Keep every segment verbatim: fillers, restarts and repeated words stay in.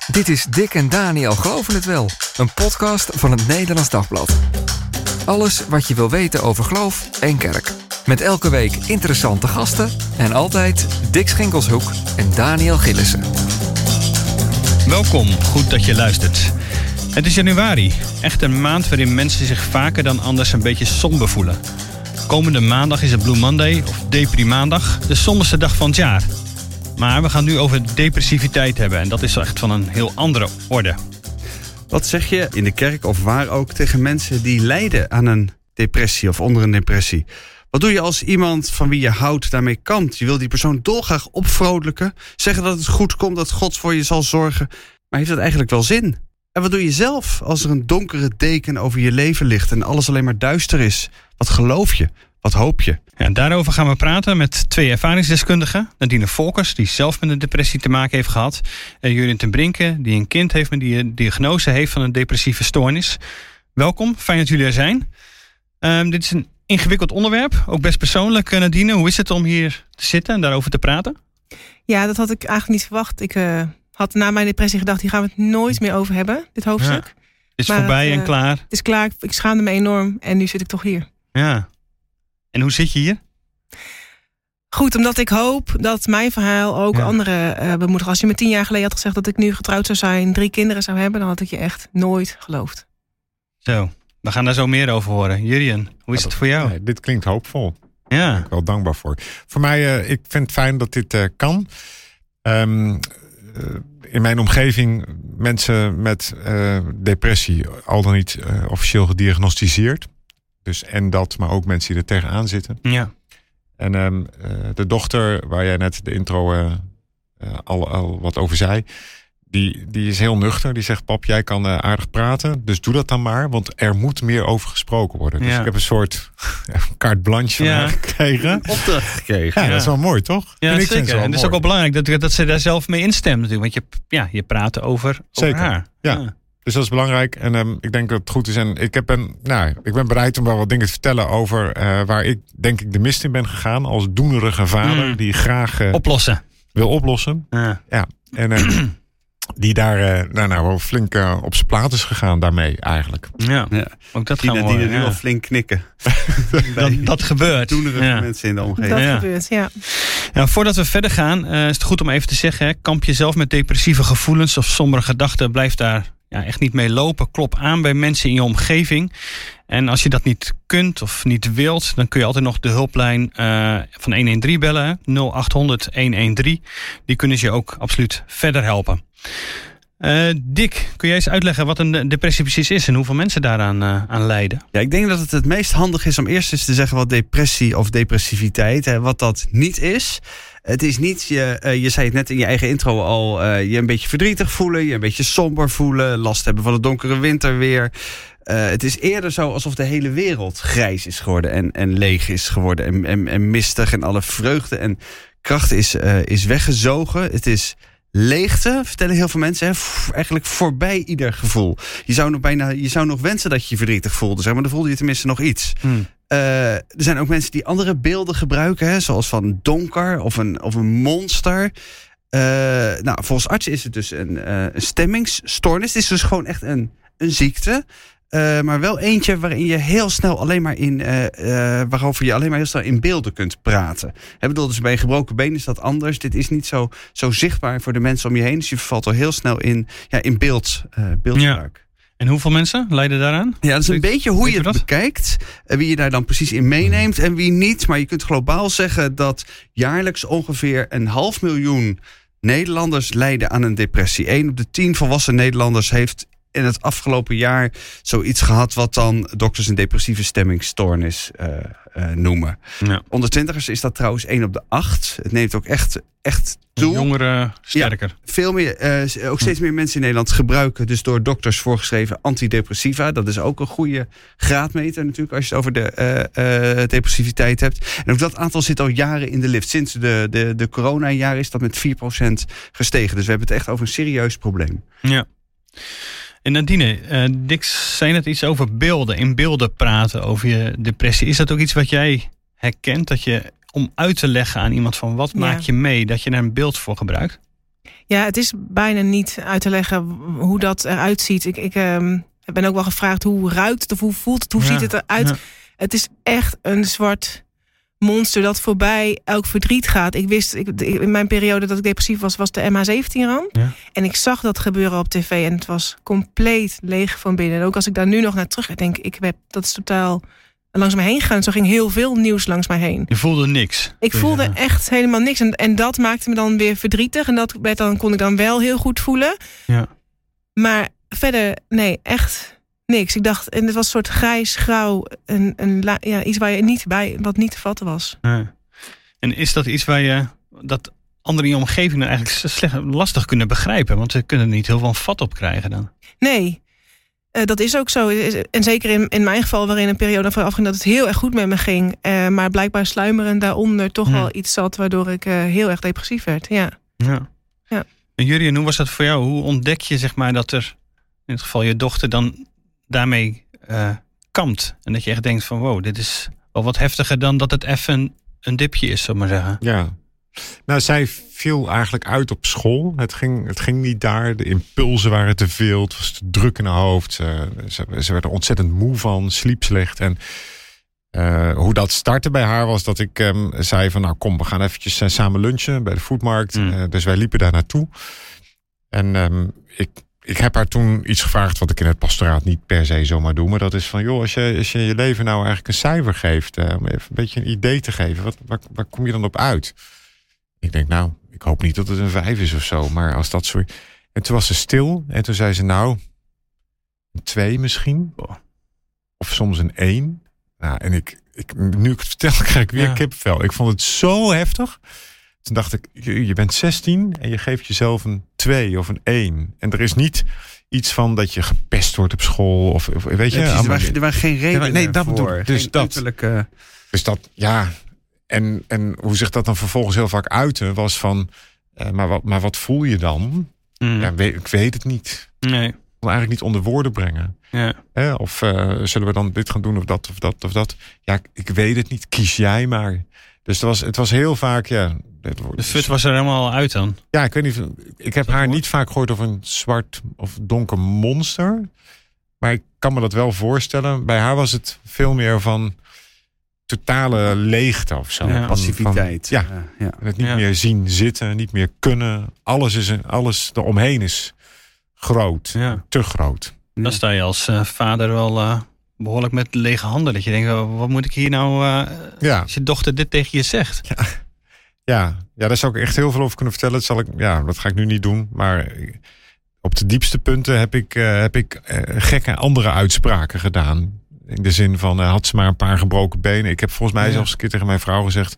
Dit is Dick en Daniel Geloven het Wel, een podcast van het Nederlands Dagblad. Alles wat je wil weten over geloof en kerk. Met elke week interessante gasten en altijd Dick Schinkelshoek en Daniel Gillissen. Welkom, goed dat je luistert. Het is januari, echt een maand waarin mensen zich vaker dan anders een beetje somber voelen. Komende maandag is het Blue Monday of Deprimaandag, de somberste dag van het jaar. Maar we gaan nu over depressiviteit hebben en dat is echt van een heel andere orde. Wat zeg je in de kerk of waar ook tegen mensen die lijden aan een depressie of onder een depressie? Wat doe je als iemand van wie je houdt daarmee kampt? Je wil die persoon dolgraag opvrolijken, zeggen dat het goed komt, dat God voor je zal zorgen. Maar heeft dat eigenlijk wel zin? En wat doe je zelf als er een donkere deken over je leven ligt en alles alleen maar duister is? Wat geloof je? Wat hoop je? Ja, daarover gaan we praten met twee ervaringsdeskundigen. Nadine Volkers, die zelf met een depressie te maken heeft gehad. En Jurjen ten Brinke, die een kind heeft met die een diagnose heeft van een depressieve stoornis. Welkom, fijn dat jullie er zijn. Um, dit is een ingewikkeld onderwerp, ook best persoonlijk. Nadine, hoe is het om hier te zitten en daarover te praten? Ja, dat had ik eigenlijk niet verwacht. Ik uh, had na mijn depressie gedacht, hier gaan we het nooit meer over hebben, dit hoofdstuk. Ja, het is maar voorbij het, uh, en klaar. Het is klaar, ik schaamde me enorm en nu zit ik toch hier. Ja. En hoe zit je hier? Goed, omdat ik hoop dat mijn verhaal ook ja. anderen uh, bemoedigen. Als je me tien jaar geleden had gezegd dat ik nu getrouwd zou zijn, drie kinderen zou hebben, dan had ik je echt nooit geloofd. Zo, we gaan daar zo meer over horen. Jurjen, hoe is ja, dat, het voor jou? Nee, dit klinkt hoopvol. Ja. Daar ben ik wel dankbaar voor. Voor mij, uh, ik vind het fijn dat dit uh, kan. Um, uh, in mijn omgeving mensen met uh, depressie, al dan niet uh, officieel gediagnosticeerd. Dus en dat, maar ook mensen die er tegenaan zitten. Ja. En um, uh, de dochter, waar jij net de intro uh, uh, al, al wat over zei, die, die is heel nuchter. Die zegt, pap, jij kan uh, aardig praten, dus doe dat dan maar. Want er moet meer over gesproken worden. Dus ja. ik heb een soort carte blanche van ja. haar gekregen. Opdracht gekregen. Ja, Ja, dat is wel mooi, toch? Ja, Vind ik zeker. wel En het is mooi. ook wel belangrijk dat, dat ze daar zelf mee instemt natuurlijk. Want je, ja, je praat over, Zeker. over haar. Ja. ja. Dus dat is belangrijk. En um, ik denk dat het goed is. En ik, heb een, nou, ik ben bereid om wel wat dingen te vertellen over uh, waar ik denk ik de mist in ben gegaan. Als doenerige vader mm. die graag uh, oplossen wil oplossen. Ja. Ja. En uh, die daar uh, nou, nou, wel flink uh, op zijn plaat is gegaan daarmee eigenlijk. Ja, Ja. ook dat Die gaan we die er horen, nu ja. al flink knikken. dat, dat gebeurt. Doenerige Ja. mensen in de omgeving. Dat Ja. gebeurt, ja. Ja, voordat we verder gaan, uh, is het goed om even te zeggen, hè, kamp je zelf met depressieve gevoelens of sombere gedachten, blijf daar ja, echt niet mee lopen. Klop aan bij mensen in je omgeving. En als je dat niet kunt of niet wilt, dan kun je altijd nog de hulplijn uh, van honderddertien bellen. nul acht honderd honderddertien. Die kunnen je ook absoluut verder helpen. Uh, Dick, kun jij eens uitleggen wat een depressie precies is en hoeveel mensen daaraan uh, aan lijden? Ja, ik denk dat het het meest handig is om eerst eens te zeggen wat depressie of depressiviteit, hè, wat dat niet is. Het is niet, je, uh, je zei het net in je eigen intro al, uh, je een beetje verdrietig voelen, je een beetje somber voelen, last hebben van het donkere winterweer. Uh, het is eerder zo alsof de hele wereld grijs is geworden en, en leeg is geworden en, en, en mistig en alle vreugde en kracht is, uh, is weggezogen. Het is leegte, vertellen heel veel mensen, hè, f- eigenlijk voorbij ieder gevoel. Je zou nog bijna, je zou nog wensen dat je je verdrietig voelde, zeg maar, dan voelde je tenminste nog iets. Hmm. Uh, er zijn ook mensen die andere beelden gebruiken, hè, zoals van donker of een, of een monster. Uh, nou, volgens artsen is het dus een, uh, een stemmingsstoornis. Het is dus gewoon echt een, een ziekte. Uh, maar wel eentje waarin je heel snel alleen maar in, uh, uh, waarover je alleen maar heel snel in beelden kunt praten. He, bedoel, dus bij een gebroken been is dat anders. Dit is niet zo, zo zichtbaar voor de mensen om je heen. Dus je vervalt al heel snel in, ja, in beeld, uh, beeldspraak. Ja. En hoeveel mensen lijden daaraan? Ja, dat is een Weet, beetje hoe je het dat? bekijkt. En wie je daar dan precies in meeneemt en wie niet. Maar je kunt globaal zeggen dat jaarlijks ongeveer een half miljoen Nederlanders lijden aan een depressie. Eén op de tien volwassen Nederlanders heeft in het afgelopen jaar zoiets gehad wat dan dokters een depressieve stemmingsstoornis uh, uh, noemen. Ja. Onder twintigers is dat trouwens één op de acht. Het neemt ook echt, echt toe. Jongeren sterker. Ja, veel meer, uh, ook steeds meer mensen in Nederland gebruiken dus door dokters voorgeschreven antidepressiva. Dat is ook een goede graadmeter natuurlijk als je het over de uh, uh, depressiviteit hebt. En ook dat aantal zit al jaren in de lift. Sinds de, de, de corona-jaren is dat met vier procent gestegen. Dus we hebben het echt over een serieus probleem. Ja. En Nadine, uh, Dick zei net iets over beelden. In beelden praten over je depressie. Is dat ook iets wat jij herkent? Dat je, om uit te leggen aan iemand van wat Ja. maak je mee, dat je daar een beeld voor gebruikt? Ja, het is bijna niet uit te leggen hoe dat eruit ziet. Ik, ik um, ben ook wel gevraagd hoe ruikt het of hoe voelt het, hoe ja, ziet het eruit. Ja. Het is echt een zwart monster dat voorbij elk verdriet gaat. Ik wist, ik, in mijn periode dat ik depressief was, was de M H zeventien-ramp. Ja. En ik zag dat gebeuren op tv en het was compleet leeg van binnen. En ook als ik daar nu nog naar terug denk, ik heb, dat is totaal langs mij heen gegaan. Zo ging heel veel nieuws langs mij heen. Je voelde niks? Ik voelde ja. echt helemaal niks. En, en dat maakte me dan weer verdrietig. En dat werd dan, kon ik dan wel heel goed voelen. Ja. Maar verder, nee, echt niks. Ik dacht, en het was een soort grijs, grauw. Een, een, ja, iets waar je niet bij, wat niet te vatten was. Ja. En is dat iets waar je, dat anderen in je omgeving dan eigenlijk slecht, lastig kunnen begrijpen? Want ze kunnen er niet heel veel vat op krijgen dan. Nee. Uh, dat is ook zo. En zeker in, in mijn geval, waarin een periode vooraf ging dat het heel erg goed met me ging. Uh, maar blijkbaar sluimerend daaronder toch hmm. wel iets zat waardoor ik uh, heel erg depressief werd. Ja. Ja. ja. En Jurjen, hoe was dat voor jou? Hoe ontdek je zeg maar dat er, in het geval je dochter, dan daarmee uh, kampt? En dat je echt denkt van wow, dit is wel wat heftiger dan dat het even een, een dipje is, zullen we maar zeggen. Ja. Nou, zij viel eigenlijk uit op school. Het ging, het ging niet daar. De impulsen waren te veel. Het was te druk in haar hoofd. Ze, ze, ze werd er ontzettend moe van. Sliep slecht. En uh, hoe dat startte bij haar was dat ik um, zei van nou kom, we gaan eventjes uh, samen lunchen bij de foodmarkt. Mm. Uh, dus wij liepen daar naartoe. En um, ik, ik heb haar toen iets gevraagd wat ik in het pastoraat niet per se zomaar doe. Maar dat is van joh, als je als je, je leven nou eigenlijk een cijfer geeft. Uh, om even een beetje een idee te geven. Wat, waar, waar kom je dan op uit? Ik denk, nou, ik hoop niet dat het een vijf is of zo. Maar als dat zo... En toen was ze stil. En toen zei ze, nou, een twee misschien. Of soms een één. Nou, en ik, ik, nu ik het vertel, krijg ik weer ja. kippenvel. Ik vond het zo heftig. Toen dacht ik, je, je bent zestien en je geeft jezelf een twee of een één. En er is niet iets van dat je gepest wordt op school. Of, of weet je. Ja, er, waren, er waren geen redenen nee, dat voor. Dus geen dat, uiterlijke... dus dat, ja... En, en hoe zich dat dan vervolgens heel vaak uitte, was van, uh, maar, wat, maar wat voel je dan? Mm. Ja, weet, ik weet het niet. Nee. Ik wil eigenlijk niet onder woorden brengen. Ja. Eh, of uh, zullen we dan dit gaan doen of dat of dat of dat? Ja, ik, ik weet het niet. Kies jij maar. Dus het was, het was heel vaak, ja. De fut was er helemaal uit dan? Ja, ik weet niet. Ik heb haar niet vaak gehoord over een zwart of donker monster. Maar ik kan me dat wel voorstellen. Bij haar was het veel meer van totale leegte of zo. Ja, passiviteit. Van, ja, ja. Het niet ja. meer zien zitten, niet meer kunnen. Alles, is een, alles eromheen is groot. Ja. Te groot. Dan sta je als uh, vader wel uh, behoorlijk met lege handen. Dat je denkt, oh, wat moet ik hier nou... Uh, ja. Als je dochter dit tegen je zegt. Ja. Ja. ja, daar zou ik echt heel veel over kunnen vertellen. Dat, zal ik, ja, dat ga ik nu niet doen. Maar op de diepste punten heb ik, uh, heb ik uh, gekke andere uitspraken gedaan. In de zin van, uh, had ze maar een paar gebroken benen. Ik heb volgens mij ja. zelfs een keer tegen mijn vrouw gezegd.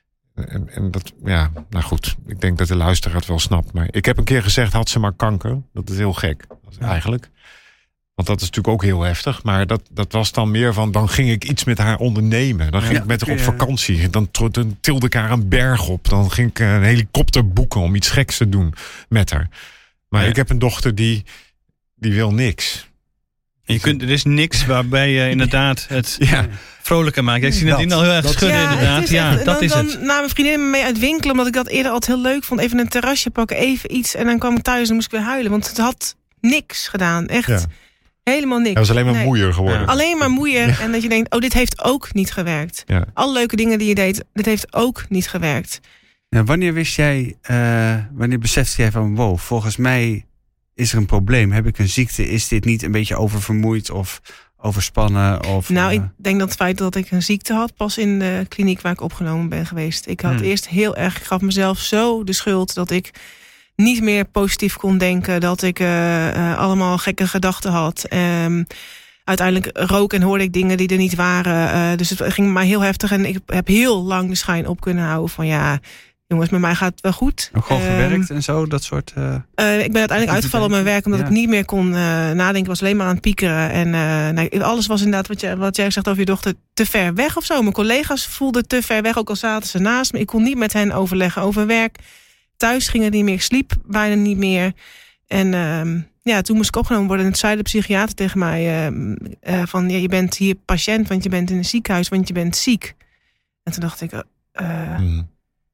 En, en dat, ja, nou goed. Ik denk dat de luisteraar het wel snapt. Maar ik heb een keer gezegd, had ze maar kanker. Dat is heel gek, ja. eigenlijk. Want dat is natuurlijk ook heel heftig. Maar dat, dat was dan meer van, dan ging ik iets met haar ondernemen. Dan ging ja, ik met haar op vakantie. Dan, dan tilde ik haar een berg op. Dan ging ik een helikopter boeken om iets geks te doen met haar. Maar ja. ik heb een dochter die, die wil niks. Je kunt, er is niks waarbij je inderdaad het ja. vrolijker maakt. Ik zie het in al heel erg schudden ja, inderdaad. Ja, echt, dat dan, is dan het. Na mijn vriendin mee uit winkelen, omdat ik dat eerder altijd heel leuk vond. Even een terrasje pakken, even iets. En dan kwam ik thuis en moest ik weer huilen. Want het had niks gedaan. Echt ja. helemaal niks. Het was alleen maar nee. moeier geworden. Ja. Alleen maar moeier. Ja. En dat je denkt, oh, dit heeft ook niet gewerkt. Ja. Alle leuke dingen die je deed, dit heeft ook niet gewerkt. Ja, wanneer wist jij, uh, wanneer besefte jij van, wow, volgens mij is er een probleem? Heb ik een ziekte? Is dit niet een beetje oververmoeid of overspannen? Of, nou, uh... ik denk dat het feit dat ik een ziekte had, pas in de kliniek waar ik opgenomen ben geweest. Ik had hmm. eerst heel erg, ik gaf mezelf zo de schuld dat ik niet meer positief kon denken. Dat ik uh, uh, allemaal gekke gedachten had. Um, uiteindelijk rook en hoorde ik dingen die er niet waren. Uh, dus het ging mij heel heftig. En ik heb heel lang de schijn op kunnen houden van ja, jongens, met mij gaat het wel goed. Nog gewoon um, gewerkt en zo, dat soort... Uh, uh, ik ben uiteindelijk uitgevallen op mijn werk, omdat ja. ik niet meer kon uh, nadenken. Ik was alleen maar aan het piekeren. En uh, nee, alles was inderdaad, wat, je, wat jij zegt over je dochter, te ver weg of zo. Mijn collega's voelden te ver weg, ook al zaten ze naast me. Ik kon niet met hen overleggen over werk. Thuis ging het niet meer, ik sliep bijna niet meer. En uh, ja, toen moest ik opgenomen worden. En toen zei de psychiater tegen mij uh, uh, van, ja, je bent hier patiënt, want je bent in een ziekenhuis, want je bent ziek. En toen dacht ik, uh, mm.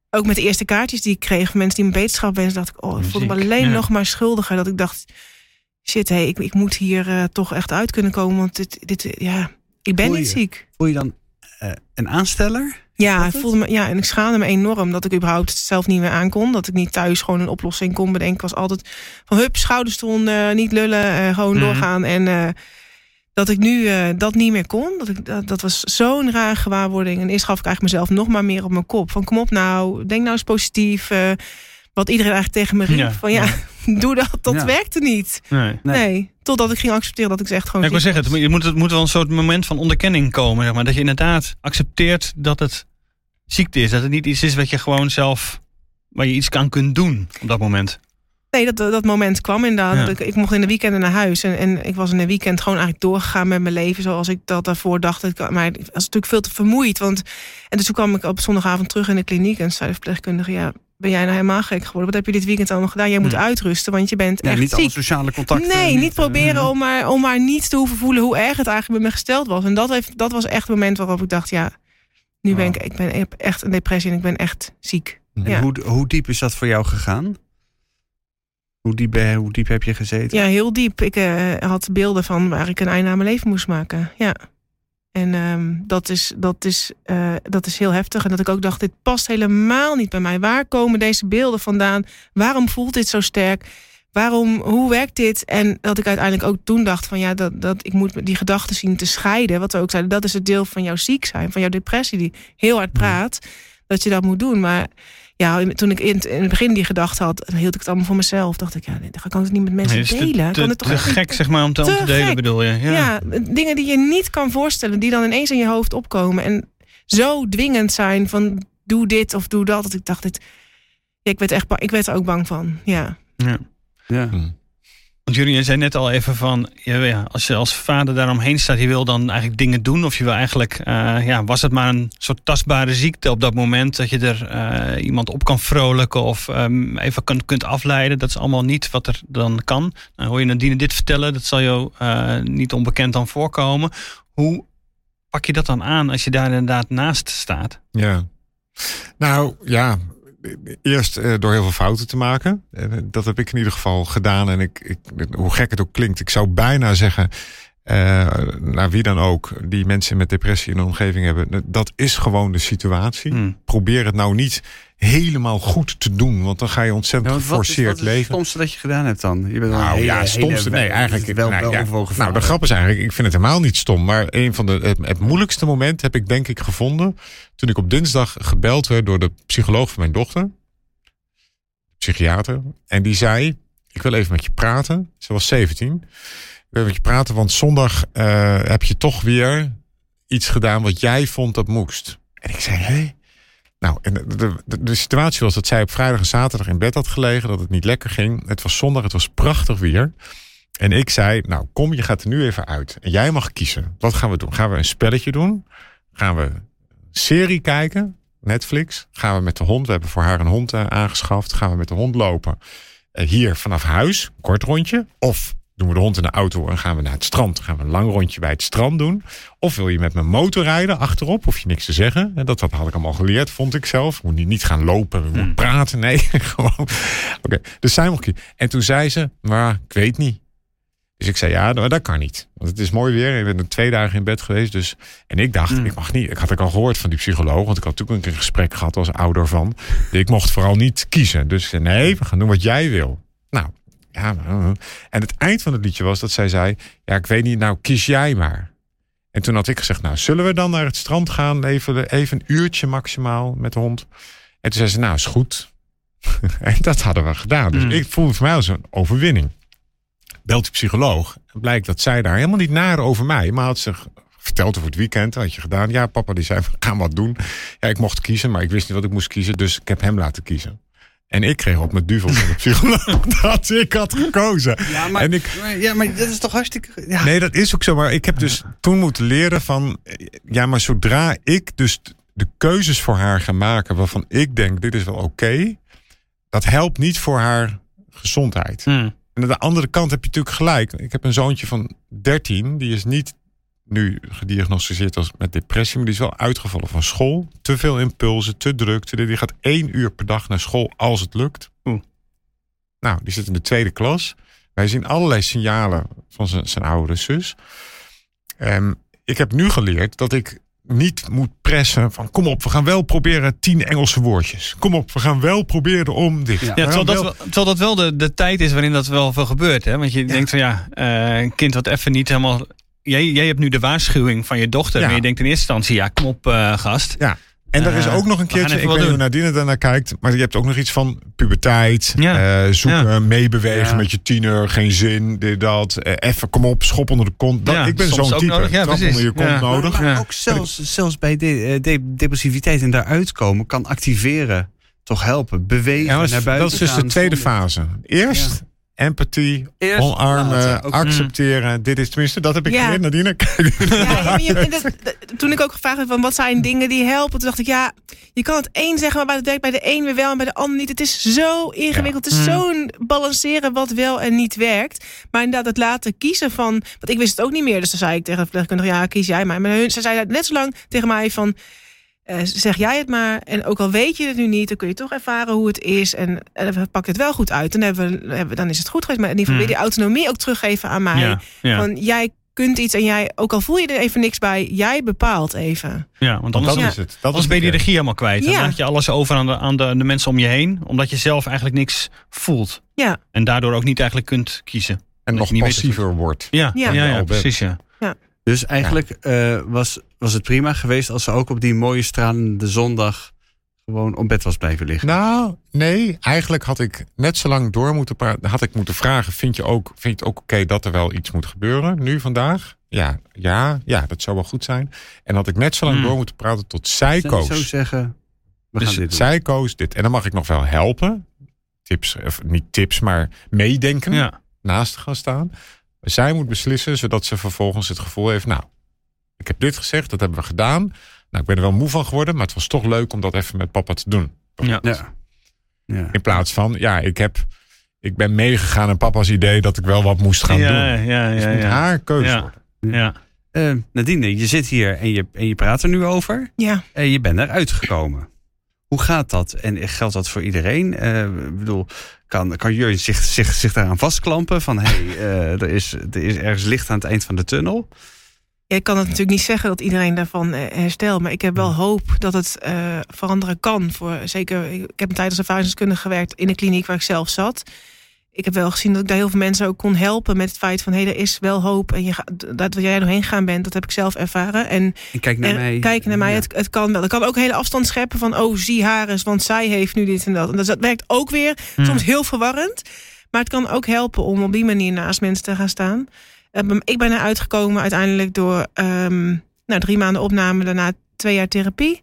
ook met de eerste kaartjes die ik kreeg van mensen die mijn beterschap wensen, dacht ik, oh, ik voelde me alleen ja. nog maar schuldiger. Dat ik dacht, shit, hey, ik, ik moet hier uh, toch echt uit kunnen komen. Want dit, dit, ja, ik ben voel niet je, ziek. Voel je dan uh, een aansteller? Ja, ik voelde me, ja, en ik schaamde me enorm dat ik überhaupt zelf niet meer aankon. Dat ik niet thuis gewoon een oplossing kon bedenken. Ik was altijd van hup, schouders stonden, niet lullen, uh, gewoon mm. doorgaan. En uh, dat ik nu uh, dat niet meer kon. Dat, ik, dat, dat was zo'n rare gewaarwording. En eerst gaf ik eigenlijk mezelf nog maar meer op mijn kop. Van kom op nou, denk nou eens positief. Uh, wat iedereen eigenlijk tegen me riep. Ja, van ja, ja. doe dat, dat ja. werkte niet. Nee. nee. nee. Totdat ik ging accepteren dat ik ze echt gewoon... Ja, ik wil zeggen, het moet, het moet wel een soort moment van onderkenning komen. Zeg maar, dat je inderdaad accepteert dat het ziekte is. Dat het niet iets is wat je gewoon zelf... waar je iets aan kunt doen op dat moment. Nee, dat, dat moment kwam inderdaad. Ja. Ik, ik mocht in de weekenden naar huis. En, en ik was in de weekend gewoon eigenlijk doorgegaan met mijn leven. Zoals ik dat daarvoor dacht. Ik, maar ik was natuurlijk veel te vermoeid. Want, en dus toen kwam ik op zondagavond terug in de kliniek. En zei de verpleegkundige, ja, ben jij nou helemaal gek geworden? Wat heb je dit weekend allemaal gedaan? Jij moet hmm. uitrusten, want je bent ja, echt niet ziek. Alle sociale contacten. Nee, niet, niet proberen uh, om, maar, om maar niet te hoeven voelen hoe erg het eigenlijk bij me gesteld was. En dat, heeft, dat was echt het moment waarop ik dacht, ja, nu ben oh. ik, ik ben ik heb echt een depressie en ik ben echt ziek. En ja. hoe, hoe diep is dat voor jou gegaan? Hoe diep, hoe diep heb je gezeten? Ja, heel diep. Ik uh, had beelden van waar ik een einde aan mijn leven moest maken. Ja. En um, dat, is, dat, is, uh, dat is heel heftig. En dat ik ook dacht, dit past helemaal niet bij mij. Waar komen deze beelden vandaan? Waarom voelt dit zo sterk? Waarom, hoe werkt dit? En dat ik uiteindelijk ook toen dacht van ja, dat, dat ik moet die gedachten zien te scheiden. Wat we ook zeiden, dat is het deel van jouw ziek zijn, van jouw depressie die heel hard praat. Dat je dat moet doen. Maar ja, toen ik in het, in het begin die gedachte had, hield ik het allemaal voor mezelf. Dacht ik, ja, dan kan ik het niet met mensen nee, delen. Te, te, kan het toch te gek, zeg maar, om te, te, om te delen, gek. bedoel je? Ja. ja, dingen die je niet kan voorstellen, die dan ineens in je hoofd opkomen. En zo dwingend zijn van, doe dit of doe dat. Dat ik dacht, dit, ja, ik werd echt bang, ik werd er ook bang van. Ja. Ja. ja. Hmm. Want Jurien, je zei net al even van, ja, als je als vader daaromheen staat, je wil dan eigenlijk dingen doen. Of je wil eigenlijk, uh, ja, was het maar een soort tastbare ziekte op dat moment. Dat je er uh, iemand op kan vrolijken of um, even kan, kunt afleiden. Dat is allemaal niet wat er dan kan. Nou, hoor je Nadine dit vertellen, dat zal jou uh, niet onbekend dan voorkomen. Hoe pak je dat dan aan als je daar inderdaad naast staat? Ja, nou ja... Eerst uh, door heel veel fouten te maken. Uh, dat heb ik in ieder geval gedaan. En ik, ik, hoe gek het ook klinkt, ik zou bijna zeggen, uh, naar wie dan ook, die mensen met depressie in de omgeving hebben, dat is gewoon de situatie. Hmm. Probeer het nou niet helemaal goed te doen, want dan ga je ontzettend ja, geforceerd wat is, wat leven. Wat is het stomste dat je gedaan hebt dan? Je bent nou hele, ja, stomste, hele, nee, eigenlijk wel, nou, wel ja, overwogen. Nou, de grap is eigenlijk, ik vind het helemaal niet stom, maar een van de het, het moeilijkste moment heb ik denk ik gevonden toen ik op dinsdag gebeld werd door de psycholoog van mijn dochter, psychiater, en die zei, ik wil even met je praten. Ze was zeventien. Ik wil met je praten, want zondag uh, heb je toch weer iets gedaan wat jij vond dat moest. En ik zei, hé? Hey? Nou, en de, de, de situatie was dat zij op vrijdag en zaterdag in bed had gelegen, dat het niet lekker ging. Het was zondag, het was prachtig weer. En ik zei, nou kom, je gaat er nu even uit. En jij mag kiezen. Wat gaan we doen? Gaan we een spelletje doen? Gaan we een serie kijken? Netflix? Gaan we met de hond, we hebben voor haar een hond uh, aangeschaft. Gaan we met de hond lopen? Uh, hier vanaf huis, een kort rondje. Of doen we de hond in de auto en gaan we naar het strand. Dan gaan we een lang rondje bij het strand doen. Of wil je met mijn motor rijden achterop? Hoef je niks te zeggen. En dat, dat had ik allemaal geleerd, vond ik zelf. Moet niet gaan lopen, we moeten hmm. praten. Nee, gewoon. Oké, okay. Dus zij mocht kiezen. En toen zei ze, maar ik weet niet. Dus ik zei, ja, dat kan niet. Want het is mooi weer. Ik ben er twee dagen in bed geweest. Dus... En ik dacht, mm. ik mag niet. Ik had ik al gehoord van die psycholoog. Want ik had natuurlijk een gesprek gehad als ouder van. Ik mocht vooral niet kiezen. Dus ik zei, nee, we gaan doen wat jij wil. Nou, ja. Maar, en het eind van het liedje was dat zij zei, ja, ik weet niet, nou kies jij maar. En toen had ik gezegd, nou, zullen we dan naar het strand gaan? Even, even een uurtje maximaal met de hond. En toen zei ze, nou, is goed. En dat hadden we gedaan. Dus mm. ik voelde voor mij als een overwinning. Belt die psycholoog. En blijkt dat zij daar helemaal niet naar over mij. Maar had ze verteld over het weekend. Had je gedaan. Ja, papa die zei, we gaan wat doen. Ja, ik mocht kiezen, maar ik wist niet wat ik moest kiezen. Dus ik heb hem laten kiezen. En ik kreeg op mijn duvel van de psycholoog dat ik had gekozen. Ja, maar, en ik, ja, maar dat is toch hartstikke... Ja. Nee, dat is ook zo. Maar ik heb dus toen moeten leren van... Ja, maar zodra ik dus de keuzes voor haar ga maken... waarvan ik denk, dit is wel oké... Okay, dat helpt niet voor haar gezondheid. Hmm. En aan de andere kant heb je natuurlijk gelijk. Ik heb een zoontje van dertien. Die is niet nu gediagnosticeerd als met depressie, maar die is wel uitgevallen van school. Te veel impulsen, te druk. Te, die gaat één uur per dag naar school als het lukt. Oeh. Nou, die zit in de tweede klas. Wij zien allerlei signalen van zijn, zijn oudere zus. Um, ik heb nu geleerd dat ik niet moet pressen van kom op, we gaan wel proberen tien Engelse woordjes. Kom op, we gaan wel proberen om dit. Ja. Ja, terwijl, dat wel, terwijl dat wel de, de tijd is waarin dat wel veel gebeurt. Hè? Want je ja. denkt van ja, uh, een kind wat even niet helemaal... Jij, jij hebt nu de waarschuwing van je dochter. Ja. En je denkt in eerste instantie, ja, kom op uh, gast. Ja. En er is ook nog een keertje, ik weet niet hoe Nadine daarnaar kijkt, maar je hebt ook nog iets van puberteit, ja. uh, zoeken, ja. meebewegen ja. met je tiener, geen zin, dit, dat, uh, even kom op, schop onder de kont. Dat, ja, ik ben zo'n type, nodig, ja, trap onder je kont ja. nodig. Maar, maar ja. ook zelfs, zelfs bij de, de, depressiviteit en daaruit komen kan activeren, toch helpen, bewegen ja, naar buiten. Dat is dus de tweede fase. Eerst... Ja. Empathie, Eerst, omarmen, later, accepteren. Mm. Dit is tenminste, dat heb ik ja. geleerd, Nadine. Ja, je, dat, dat, toen ik ook gevraagd heb van wat zijn dingen die helpen, toen dacht ik ja, je kan het één zeggen, maar het werkt bij de een weer wel en bij de ander niet. Het is zo ingewikkeld. Ja. Het is mm. zo'n balanceren wat wel en niet werkt. Maar inderdaad het laten kiezen van, want ik wist het ook niet meer. Dus dan zei ik tegen de verpleegkundige, ja, kies jij maar. Maar hun, ze zei net zo lang tegen mij van, Uh, zeg jij het maar. En ook al weet je het nu niet, dan kun je toch ervaren hoe het is. En, en we pakken het wel goed uit. Dan, hebben we, hebben we, dan is het goed geweest. Maar in ieder geval mm. weer die autonomie ook teruggeven aan mij. Ja, ja. Van jij kunt iets en jij, ook al voel je er even niks bij, jij bepaalt even. Ja, want anders, dat ja. is het. Dat anders ben je de regie helemaal kwijt. Dan ja. laat je alles over aan, de, aan de, de mensen om je heen. Omdat je zelf eigenlijk niks voelt. Ja. En daardoor ook niet eigenlijk kunt kiezen. En nog passiever wordt. Ja, ja. ja, ja, ja precies ja. ja. Dus eigenlijk ja. uh, was, was het prima geweest als ze ook op die mooie stralende zondag gewoon op bed was blijven liggen. Nou, nee. Eigenlijk had ik net zo lang door moeten praten. Had ik moeten vragen, vind je, ook, vind je het ook oké okay dat er wel iets moet gebeuren nu vandaag? Ja, ja, ja, dat zou wel goed zijn. En had ik net zo lang hmm. door moeten praten tot zij koos. Zo zeggen, we dus gaan dit doen. Zij koos dit. En dan mag ik nog wel helpen. Tips, of niet tips, maar meedenken. Ja. Naast gaan staan. Zij moet beslissen, zodat ze vervolgens het gevoel heeft, nou, ik heb dit gezegd, dat hebben we gedaan. Nou, ik ben er wel moe van geworden, maar het was toch leuk om dat even met papa te doen. Ja. Ja. Ja. In plaats van, ja, ik heb, ik ben meegegaan in papa's idee dat ik wel wat moest gaan ja, doen. Ja, ja, dus het moet ja. haar keuze ja. worden. Ja. Uh, Nadine, je zit hier en je, en je praat er nu over. Ja. En je bent eruit gekomen. Hoe gaat dat? En geldt dat voor iedereen? Uh, ik bedoel, kan, kan jullie zich, zich, zich daaraan vastklampen? Van, hé, hey, uh, er, is, er is ergens licht aan het eind van de tunnel. Ja, ik kan het natuurlijk niet zeggen dat iedereen daarvan uh, herstelt. Maar ik heb wel hoop dat het uh, veranderen kan. Voor, zeker, ik heb een tijd als ervaringsdeskundige gewerkt in de kliniek waar ik zelf zat. Ik heb wel gezien dat ik daar heel veel mensen ook kon helpen met het feit van, hé, hey, er is wel hoop. En je gaat, dat wat jij doorheen gaan bent, dat heb ik zelf ervaren. En, en kijk naar en, mij. Kijk naar mij, ja. het, het kan wel. Er kan ook een hele afstand scheppen van, oh, zie haar eens, want zij heeft nu dit en dat. En dat, dat werkt ook weer hmm. soms heel verwarrend. Maar het kan ook helpen om op die manier naast mensen te gaan staan. Uh, ik ben eruit gekomen uiteindelijk door um, nou, drie maanden opname, daarna twee jaar therapie.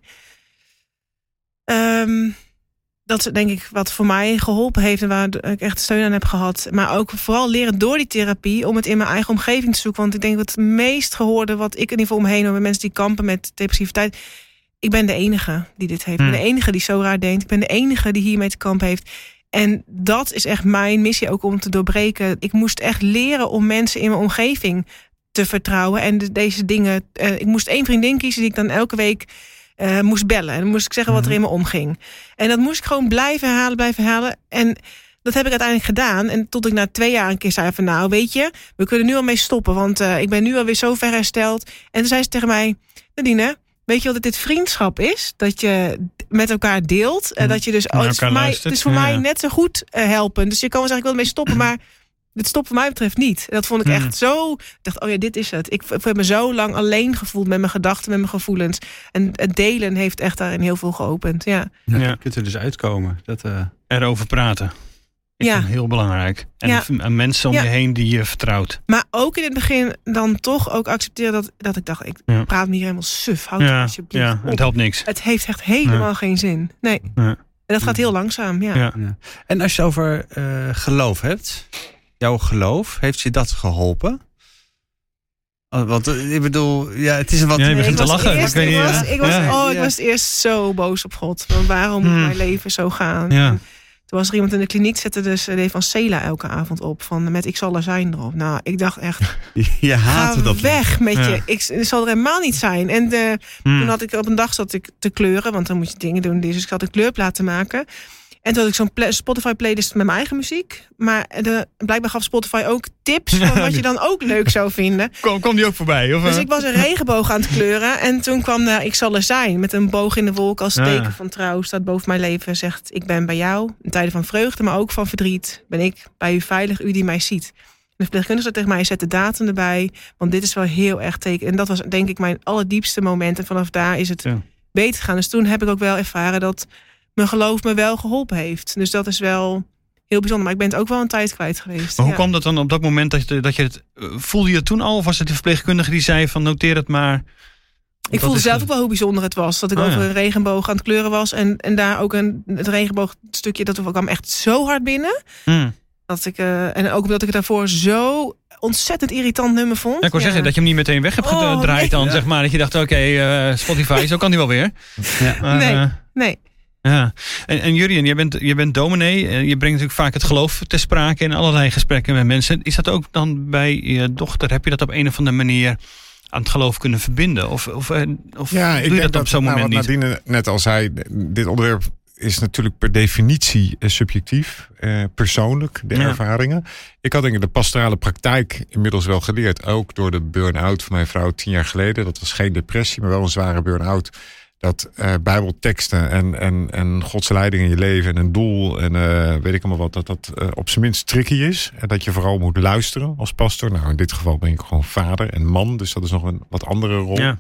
Um, Dat is denk ik wat voor mij geholpen heeft en waar ik echt steun aan heb gehad. Maar ook vooral leren door die therapie om het in mijn eigen omgeving te zoeken. Want ik denk dat het meest gehoorde wat ik in ieder geval omheen hoor met mensen die kampen met depressiviteit. Ik ben de enige die dit heeft. Hmm. Ik ben de enige die zo raar denkt. Ik ben de enige die hiermee te kampen heeft. En dat is echt mijn missie ook om te doorbreken. Ik moest echt leren om mensen in mijn omgeving te vertrouwen. En de, deze dingen. Uh, ik moest één vriendin kiezen die ik dan elke week Uh, moest bellen. En dan moest ik zeggen wat er in me omging. En dat moest ik gewoon blijven herhalen, blijven herhalen. En dat heb ik uiteindelijk gedaan. En tot ik na twee jaar een keer zei van, nou, weet je, we kunnen nu al mee stoppen. Want uh, ik ben nu alweer zo ver hersteld. En toen zei ze tegen mij, Nadine, weet je wat dat dit vriendschap is? Dat je met elkaar deelt. En dat je dus, oh, het is voor, mij, het is voor ja. mij net zo goed uh, helpen. Dus je kan wel zeggen, ik wil ermee stoppen, maar dit stopt voor mij betreft niet. En dat vond ik echt zo. Ik dacht, oh ja, dit is het. Ik, ik heb me zo lang alleen gevoeld met mijn gedachten, met mijn gevoelens. En het delen heeft echt daarin heel veel geopend. Ja. Ja, ja. Je kunt er dus uitkomen. Dat, uh... Erover praten. Ik ja. vind het heel belangrijk. En ja. mensen om ja. je heen die je vertrouwt. Maar ook in het begin dan toch ook accepteren dat, dat ik dacht, ik ja. praat me hier helemaal suf. Houd ja. alsjeblieft ja. op. Het helpt niks. Het heeft echt helemaal ja. geen zin. Nee. Ja. En dat gaat heel langzaam. Ja. Ja. Ja. En als je over uh, geloof hebt, jouw geloof, heeft je dat geholpen? Want ik bedoel, ja, het is een wat. Ja, je begint nee, te lachen. Eerst, ik, was, ik, was, ja. oh, ik was eerst zo boos op God. Want waarom moet hmm. mijn leven zo gaan? Ja. Toen was er iemand in de kliniek, zette dus C D van Cela elke avond op. Van met Ik zal er zijn erop. Nou, ik dacht echt, Je haatte ga dat. weg met Ja. je. Ik, het zal er helemaal niet zijn. En de, Hmm. toen had ik op een dag zat ik te kleuren. Want dan moet je dingen doen. Dus ik had een kleurplaat te maken. En toen had ik zo'n pla- Spotify playlist met mijn eigen muziek. Maar de, blijkbaar gaf Spotify ook tips van wat je dan ook leuk zou vinden. Kwam, kwam die ook voorbij? Of, Dus uh? ik was een regenboog aan het kleuren. En toen kwam de Ik zal er zijn. Met een boog in de wolk als teken Ja. van trouw. Staat boven mijn leven. Zegt ik ben bij jou. In tijden van vreugde, maar ook van verdriet. Ben ik bij u veilig, u die mij ziet. En de verpleegkundige zei tegen mij, zet de datum erbij. Want dit is wel heel erg teken. En dat was denk ik mijn allerdiepste moment. En vanaf daar is het Ja. beter gegaan. Dus toen heb ik ook wel ervaren dat mijn geloof me wel geholpen heeft. Dus dat is wel heel bijzonder. Maar ik ben het ook wel een tijd kwijt geweest. Maar hoe Ja. kwam dat dan op dat moment dat je, dat je het... uh, voelde je het toen al? Of was het de verpleegkundige die zei van noteer het maar? Ik Dat voelde is zelf de- ook wel hoe bijzonder het was. Dat ik Oh, over ja. een regenboog aan het kleuren was. En, en daar ook een, het regenboogstukje, dat kwam echt zo hard binnen. Hmm. Dat ik, uh, en ook omdat ik het daarvoor zo ontzettend irritant nummer vond. Ja, ik wil zeggen dat je hem niet meteen weg hebt Oh, gedraaid nee. dan, Ja. zeg maar. Dat je dacht, oké, uh, Spotify, zo kan die wel weer. Ja. Maar, Nee. uh, Nee, ja. En, en Jurien, jij bent, jij bent dominee. Je brengt natuurlijk vaak het geloof ter sprake in allerlei gesprekken met mensen. Is dat ook dan bij je dochter? Heb je dat op een of andere manier aan het geloof kunnen verbinden? Of, of, uh, of Ja, ik doe je denk dat op zo'n nou, moment wat niet? Nadine net al zei, dit onderwerp is natuurlijk per definitie eh, subjectief, eh, persoonlijk, de Ja. ervaringen. Ik had denk ik de pastorale praktijk inmiddels wel geleerd. Ook door de burn-out van mijn vrouw tien jaar geleden. Dat was geen depressie, maar wel een zware burn-out. Dat eh, bijbelteksten en, en, en Gods leiding in je leven en een doel en uh, weet ik allemaal wat, dat dat uh, op zijn minst tricky is. En dat je vooral moet luisteren als pastor. Nou, in dit geval ben ik gewoon vader en man, dus dat is nog een wat andere rol. Ja.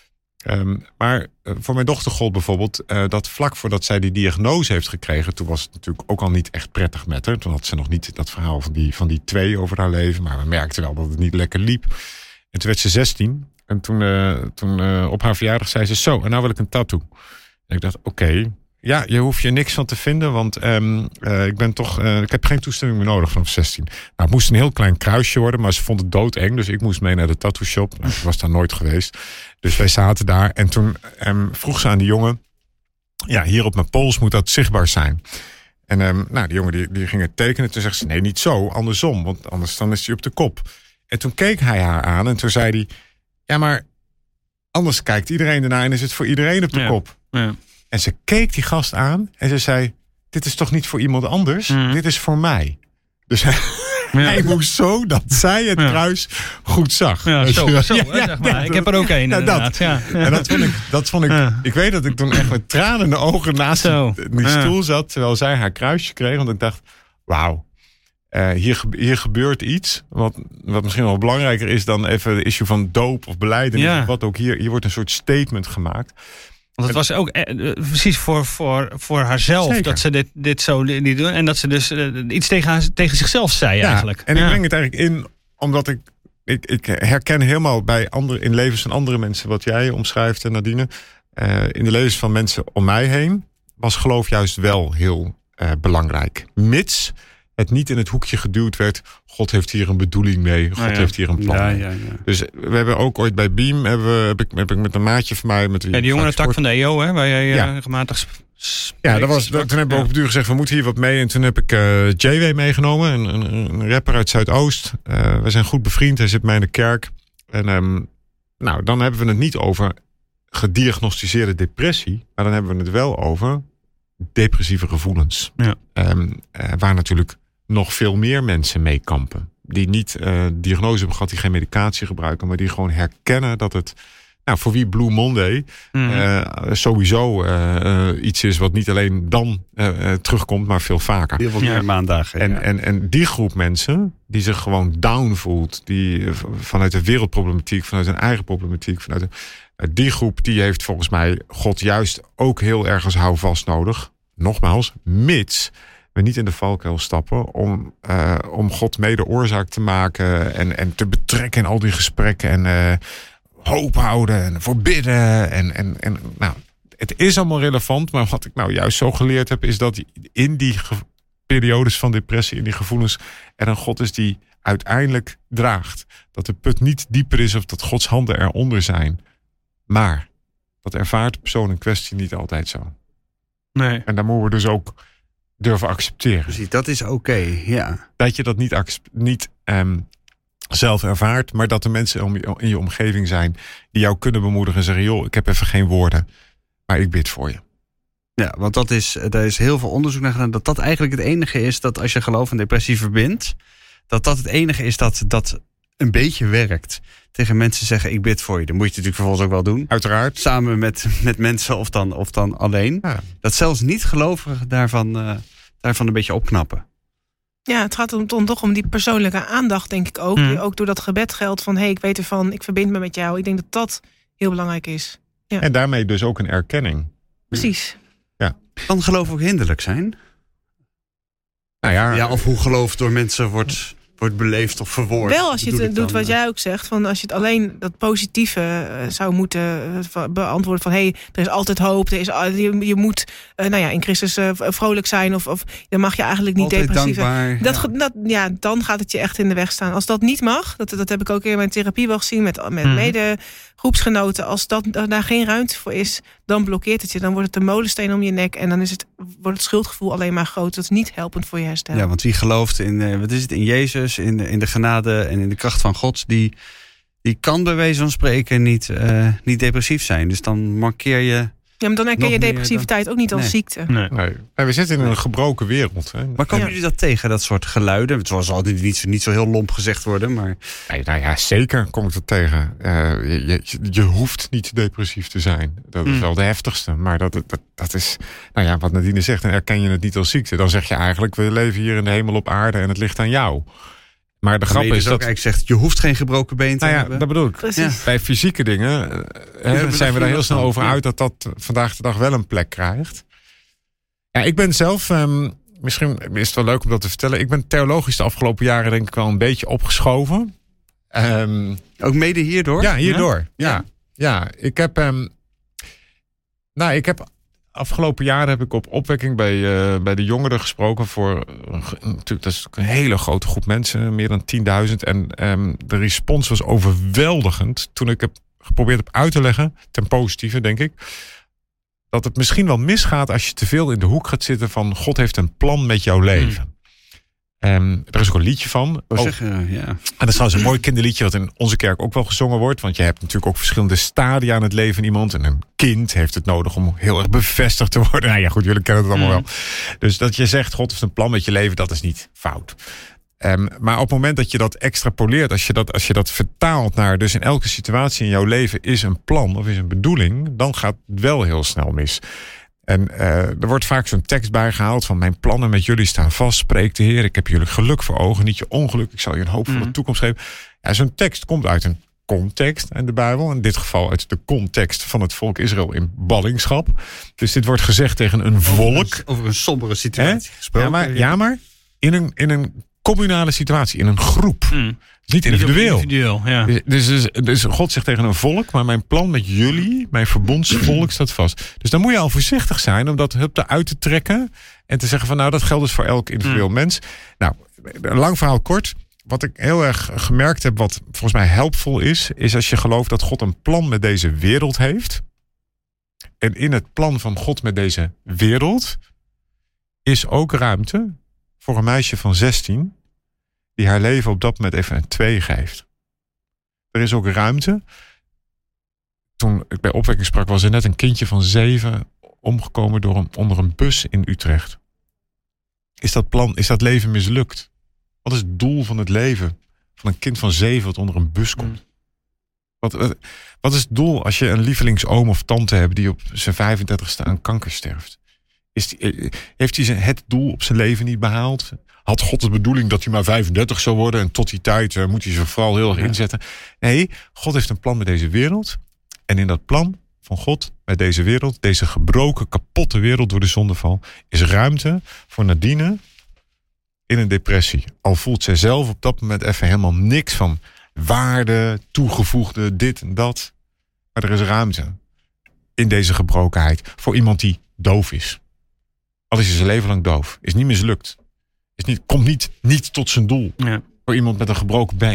Um, maar uh, voor mijn dochter gold bijvoorbeeld uh, dat vlak voordat zij die diagnose heeft gekregen, toen was het natuurlijk ook al niet echt prettig met haar. Toen had ze nog niet dat verhaal van die, van die twee over haar leven, maar we merkten wel dat het niet lekker liep. En toen werd ze zestien en toen, uh, toen uh, op haar verjaardag zei ze zo, en nou wil ik een tattoo. En ik dacht, oké, okay, ja, je hoeft je niks van te vinden, want um, uh, ik ben toch, uh, ik heb geen toestemming meer nodig vanaf zestien. Nou, het moest een heel klein kruisje worden, maar ze vond het doodeng, dus ik moest mee naar de tattoo shop. Nou, ik was daar nooit geweest. Dus wij zaten daar en toen um, vroeg ze aan die jongen, ja, hier op mijn pols moet dat zichtbaar zijn. En um, nou, die jongen die, die ging het tekenen. Toen zegt ze, nee, niet zo, andersom, want anders dan is hij op de kop. En toen keek hij haar aan en toen zei hij, ja, maar anders kijkt iedereen ernaar en is het voor iedereen op de Ja. kop. Ja. En ze keek die gast aan en ze zei, dit is toch niet voor iemand anders? Mm. Dit is voor mij. Dus hij, Ja. hij moest zo dat zij het Ja. kruis goed zag. Ja, Weet zo, je wel? zo Ja, hè, ja, zeg maar. ja, Ik heb er ook één ja, inderdaad. dat. Ja. En dat vond ik, dat vond ik, Ja. ik weet dat ik toen echt met tranen in de ogen naast Zo. die Ja. stoel zat, terwijl zij haar kruisje kreeg. Want ik dacht, wauw, uh, hier, gebe- hier gebeurt iets wat, wat misschien wel belangrijker is dan even de issue van doop of belijdenis. Ja. Of wat ook hier, hier wordt een soort statement gemaakt. Want het was ook eh, eh, precies voor, voor, voor haarzelf Zeker. dat ze dit, dit zo niet doen. En dat ze dus eh, iets tegen, haar, tegen zichzelf zei eigenlijk. En ik Ja. breng het eigenlijk in omdat ik, ik, ik herken helemaal bij andere, in levens van andere mensen wat jij omschrijft, Nadine. Uh, in de levens van mensen om mij heen was geloof juist wel heel uh, belangrijk. Mits het niet in het hoekje geduwd werd. God heeft hier een bedoeling mee. God Nou ja. heeft hier een plan Ja, mee. ja, ja. Dus we hebben ook ooit bij Beam hebben we, heb, ik, heb ik met een maatje van mij met wie Ja, die ik vaak jongerentak sport- van de E O, hè, waar jij Ja. ja. regelmatig sp- spreekt. Ja, dat was, dat, toen hebben we ook op duur gezegd, we moeten hier wat mee. En toen heb ik uh, J W meegenomen, een, een, een rapper uit Zuidoost. Uh, we zijn goed bevriend, hij zit bij mij in de kerk. En um, nou, dan hebben we het niet over gediagnosticeerde depressie. Maar dan hebben we het wel over depressieve gevoelens. Ja. Um, uh, waar natuurlijk nog veel meer mensen mee kampen. Die niet uh, diagnose hebben gehad, die geen medicatie gebruiken. Maar die gewoon herkennen dat het... Nou, voor wie Blue Monday Mhm. uh, sowieso uh, uh, iets is wat niet alleen dan uh, uh, terugkomt, maar veel vaker. Heel veel Ja. meer maandagen. En, ja. en, en die groep mensen die zich gewoon down voelt, die uh, vanuit de wereldproblematiek, vanuit hun eigen problematiek, vanuit de, uh, die groep die heeft volgens mij God juist ook heel erg als houvast nodig. Nogmaals, mits we niet in de valkuil stappen om, uh, om God mede oorzaak te maken en, en te betrekken in al die gesprekken en uh, hoop houden en voorbidden. En, en, en, nou, het is allemaal relevant, maar wat ik nou juist zo geleerd heb, is dat in die ge- periodes van depressie, in die gevoelens, er een God is die uiteindelijk draagt. Dat de put niet dieper is of dat Gods handen eronder zijn. Maar dat ervaart de persoon in kwestie niet altijd zo. Nee. En daar moeten we dus ook durven accepteren. Precies, dat is oké, okay, ja. Dat je dat niet, accep- niet um, zelf ervaart, maar dat er mensen om je, in je omgeving zijn die jou kunnen bemoedigen en zeggen, joh, ik heb even geen woorden, maar ik bid voor je. Ja, want dat is, daar is heel veel onderzoek naar gedaan, dat dat eigenlijk het enige is dat als je geloof en depressie verbindt, dat dat het enige is dat dat een beetje werkt. Tegen mensen zeggen, ik bid voor je. Dan moet je het natuurlijk vervolgens ook wel doen. Uiteraard. Samen met, met mensen of dan, of dan alleen. Ja. Dat zelfs niet-gelovigen daarvan, uh, daarvan een beetje opknappen. Ja, het gaat om, toch om die persoonlijke aandacht, denk ik ook. Hmm. Die ook door dat gebed geldt van, hé, hey, ik weet ervan, ik verbind me met jou. Ik denk dat dat heel belangrijk is. Ja. En daarmee dus ook een erkenning. Precies. Ja. Kan geloof ook hinderlijk zijn? Nou ja, ja, of hoe geloof door mensen wordt... wordt beleefd of verwoord. Wel als je het doet wat jij ook zegt. Van als je het alleen dat positieve uh, zou moeten uh, beantwoorden. Van hé, hey, er is altijd hoop. Er is, uh, je, je moet uh, nou ja, in Christus uh, vrolijk zijn. Of, of dan mag je eigenlijk niet altijd depressief zijn. Dat, ja. dat, ja, dan gaat het je echt in de weg staan. Als dat niet mag. Dat, dat heb ik ook in mijn therapie wel gezien. Met, met hmm. mede groepsgenoten. Als dat, daar geen ruimte voor is. Dan blokkeert het je. Dan wordt het een molensteen om je nek. En dan is het, wordt het schuldgevoel alleen maar groot. Dat is niet helpend voor je herstel. Ja, want wie gelooft in, uh, wat is het, in Jezus, in de, in de genade en in de kracht van God, die, die kan bij wijze van spreken niet, uh, niet depressief zijn. Dus dan markeer je... Ja, maar dan herken je depressiviteit dan... ook niet als nee. ziekte. Nee. Nee. Nee, we zitten in een gebroken wereld. Hè. Maar komen ja. jullie dat tegen, dat soort geluiden? Het was altijd niet zo, niet zo heel lomp gezegd worden, maar... Nee, nou ja, zeker kom ik dat tegen. Uh, je, je, je hoeft niet depressief te zijn. Dat is mm. wel de heftigste. Maar dat, dat, dat is, nou ja, wat Nadine zegt, dan erken je het niet als ziekte. Dan zeg je eigenlijk, we leven hier in de hemel op aarde en het ligt aan jou. Maar de grap is dus dat... eigenlijk zegt, je hoeft geen gebroken been te nou ja, hebben. Dat bedoel ik. Ja. Bij fysieke dingen uh, hè, zijn we daar heel snel over uit dat dat vandaag de dag wel een plek krijgt. Ja, ik ben zelf, um, misschien is het wel leuk om dat te vertellen. Ik ben theologisch de afgelopen jaren denk ik wel een beetje opgeschoven. Um, Ook mede hierdoor? Ja, hierdoor. Ja, ja. ja ik heb... Um, nou, ik heb... Afgelopen jaren heb ik op opwekking bij, uh, bij de jongeren gesproken voor uh, natuurlijk dat is een hele grote groep mensen, meer dan tienduizend. En um, de respons was overweldigend toen ik heb geprobeerd heb uit te leggen, ten positieve denk ik, dat het misschien wel misgaat als je te veel in de hoek gaat zitten van God heeft een plan met jouw leven. Mm. Um, er is ook een liedje van. Oh, zeg, uh, ja. En dat is trouwens een mooi kinderliedje wat in onze kerk ook wel gezongen wordt. Want je hebt natuurlijk ook verschillende stadia in het leven van iemand. En een kind heeft het nodig om heel erg bevestigd te worden. Nou ja, goed, jullie kennen het allemaal mm. wel. Dus dat je zegt, God heeft een plan met je leven, dat is niet fout. Um, maar op het moment dat je dat extrapoleert, als je dat, als je dat vertaalt naar, dus in elke situatie in jouw leven is een plan of is een bedoeling, dan gaat het wel heel snel mis. En uh, er wordt vaak zo'n tekst bijgehaald van mijn plannen met jullie staan vast, spreekt de Heer. Ik heb jullie geluk voor ogen, niet je ongeluk. Ik zal je een hoopvolle mm. toekomst geven. Ja, zo'n tekst komt uit een context in de Bijbel. In dit geval uit de context van het volk Israël in ballingschap. Dus dit wordt gezegd tegen een volk. Over een, over een sombere situatie gesproken. Ja, maar, ja, maar in een, in een communale situatie, in een groep. Mm. Niet individueel. Niet individueel ja. dus, dus, dus God zegt tegen een volk, maar mijn plan met jullie, mijn verbondsvolk staat vast. Dus dan moet je al voorzichtig zijn om dat hup eruit te trekken en te zeggen van nou, dat geldt dus voor elk individueel mm. mens. Nou, een lang verhaal kort. Wat ik heel erg gemerkt heb, wat volgens mij helpvol is, is als je gelooft dat God een plan met deze wereld heeft. En in het plan van God met deze wereld is ook ruimte voor een meisje van zestien die haar leven op dat moment even een twee geeft. Er is ook ruimte. Toen ik bij opwekking sprak, was er net een kindje van zeven omgekomen door een, onder een bus in Utrecht. Is dat plan, is dat leven mislukt? Wat is het doel van het leven van een kind van zeven dat onder een bus komt? Mm. Wat, wat is het doel als je een lievelingsoom of tante hebt die op zijn vijfendertigste aan kanker sterft? Is die, heeft hij het doel op zijn leven niet behaald? Had God de bedoeling dat hij maar vijfendertig zou worden en tot die tijd uh, moet hij zich vooral heel erg ja. inzetten? Nee, God heeft een plan met deze wereld. En in dat plan van God met deze wereld, deze gebroken, kapotte wereld door de zondeval, is ruimte voor Nadine in een depressie. Al voelt zij zelf op dat moment even helemaal niks van waarde, toegevoegde, dit en dat. Maar er is ruimte in deze gebrokenheid voor iemand die doof is. Al is hij zijn leven lang doof. Is niet mislukt. Is niet, komt niet, niet tot zijn doel. Ja. Voor iemand met een gebroken been.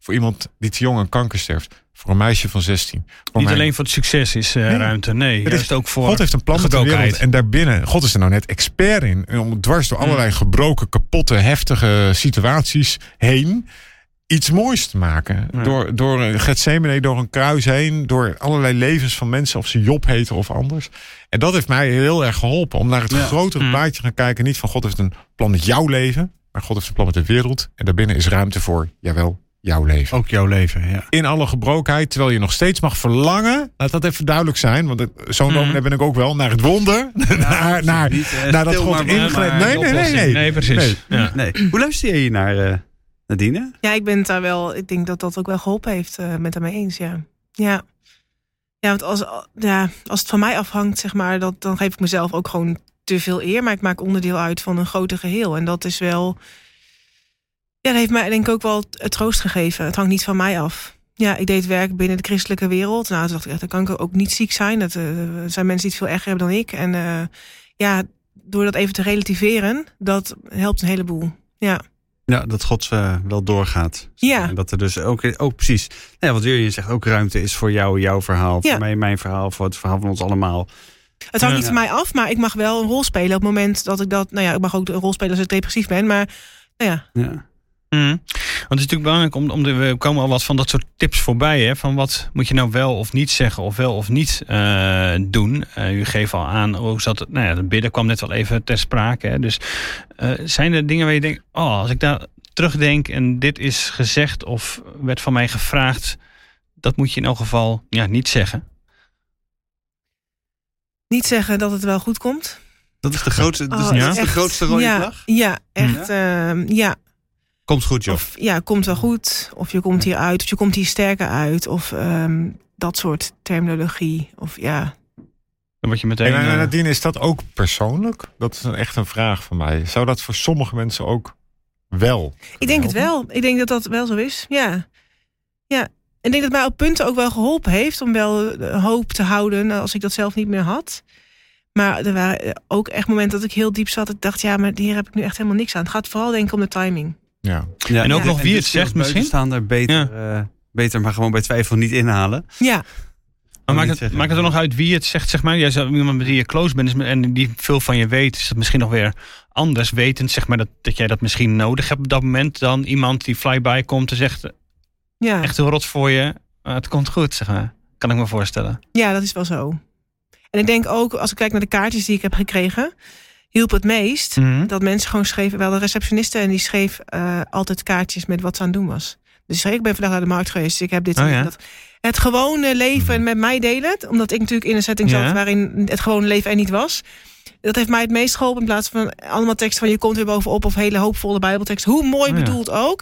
voor iemand die te jong aan kanker sterft. Voor een meisje van zestien. Voor Niet mij... alleen voor het succes is uh, nee. ruimte. Nee, Het juist is, ook voor God heeft een plan met de wereld. gebrokenheid. En daarbinnen, God is er nou net expert in. Om dwars door allerlei gebroken, kapotte, heftige situaties heen iets moois te maken. Ja. Door, door Gethsemane, door een kruis heen. Door allerlei levens van mensen. Of ze Job heten of anders. En dat heeft mij heel erg geholpen. Om naar het Ja. grotere Mm. plaatje te gaan kijken. Niet van God heeft een plan met jouw leven. Maar God heeft een plan met de wereld. En daarbinnen is ruimte voor, jawel, jouw leven. Ook jouw leven, ja. In alle gebrokenheid. Terwijl je nog steeds mag verlangen. Laat dat even duidelijk zijn. Want het- zo'n Mm. dominee ben ik ook wel. Naar het wonder. naar naar, Niet, uh, naar dat stil God maar ingreep. maar Nee, Die nee, nee, oplossing. nee. Nee, precies. Nee. Ja. Nee. Hoe luister je hier naar, uh, Nadine? Ja, ik ben het daar wel. Ik denk dat dat ook wel geholpen heeft uh, met daarmee eens. Ja, ja. Ja, want als, ja, als het van mij afhangt, zeg maar, dat, dan geef ik mezelf ook gewoon te veel eer. Maar ik maak onderdeel uit van een groter geheel. En dat is wel. Ja, dat heeft mij denk ik ook wel het troost gegeven. Het hangt niet van mij af. Ja, ik deed werk binnen de christelijke wereld. Nou, toen dacht ik echt, dan kan ik ook niet ziek zijn. Dat uh, zijn mensen die het veel erger hebben dan ik. En uh, ja, door dat even te relativeren, dat helpt een heleboel. Ja. Ja, dat God uh, wel doorgaat. Ja. En dat er dus ook, ook precies, ja, wat Jurjen zegt, ook ruimte is voor jou, jouw verhaal. Ja. Voor mij, mijn verhaal, voor het verhaal van ons allemaal. Het hangt Ja. niet van mij af, maar ik mag wel een rol spelen op het moment dat ik dat. Nou ja, ik mag ook een rol spelen als ik depressief ben, maar nou ja. Ja. Mm. Want het is natuurlijk belangrijk om, om de, we komen al wat van dat soort tips voorbij. Hè? Van wat moet je nou wel of niet zeggen of wel of niet uh, doen. Uh, u geeft al aan hoe zat het. Nou ja, het bidden kwam net wel even ter sprake. Hè? Dus uh, zijn er dingen waar je denkt, oh, als ik daar terugdenk en dit is gezegd of werd van mij gevraagd, dat moet je in elk geval ja, niet zeggen. Niet zeggen dat het wel goed komt. Dat is de grootste, dus Oh, dat ja? is de echt, grootste rode ja, vlag. Ja, echt. Ja. Uh, ja. Komt goed, joh. Of ja, komt wel goed. Of je komt hier uit. Of je komt hier sterker uit. Of um, dat soort terminologie. Of ja. Dan word je meteen. En uh, Nadine, is dat ook persoonlijk? Dat is een, echt een vraag van mij. Zou dat voor sommige mensen ook wel? Ik denk het helpen? wel. Ik denk dat dat wel zo is. Ja. Ja. En ik denk dat mij op punten ook wel geholpen heeft. Om wel hoop te houden als ik dat zelf niet meer had. Maar er waren ook echt momenten dat ik heel diep zat. Ik dacht, ja, maar hier heb ik nu echt helemaal niks aan. Het gaat vooral denk ik om de timing. Ja. Ja, En ook ja. nog wie En het dus zegt als misschien? buitenstaander beter, ja. uh, beter, maar gewoon bij twijfel niet inhalen. Ja. Maar maakt het, maakt het er nog uit wie het zegt, zeg maar? Jij zou iemand met wie je close bent en die veel van je weet, is dat misschien nog weer anders wetend, zeg maar, dat, dat jij dat misschien nodig hebt op dat moment dan iemand die flyby komt en zegt, Ja. echt heel rot voor je, maar het komt goed, zeg maar. Kan ik me voorstellen. Ja, dat is wel zo. En ik denk ook, als ik kijk naar de kaartjes die ik heb gekregen, hielp het meest Mm-hmm. dat mensen gewoon schreven, wel de receptioniste, en die schreef uh, altijd kaartjes met wat ze aan het doen was. Dus ik ben vandaag naar de markt geweest, ik heb dit Oh, en ja? dat. Het gewone leven met mij delen, omdat ik natuurlijk in een setting zat Ja. waarin het gewone leven er niet was. Dat heeft mij het meest geholpen in plaats van allemaal teksten van je komt weer bovenop of hele hoopvolle bijbelteksten. Hoe mooi Oh, ja. bedoeld ook.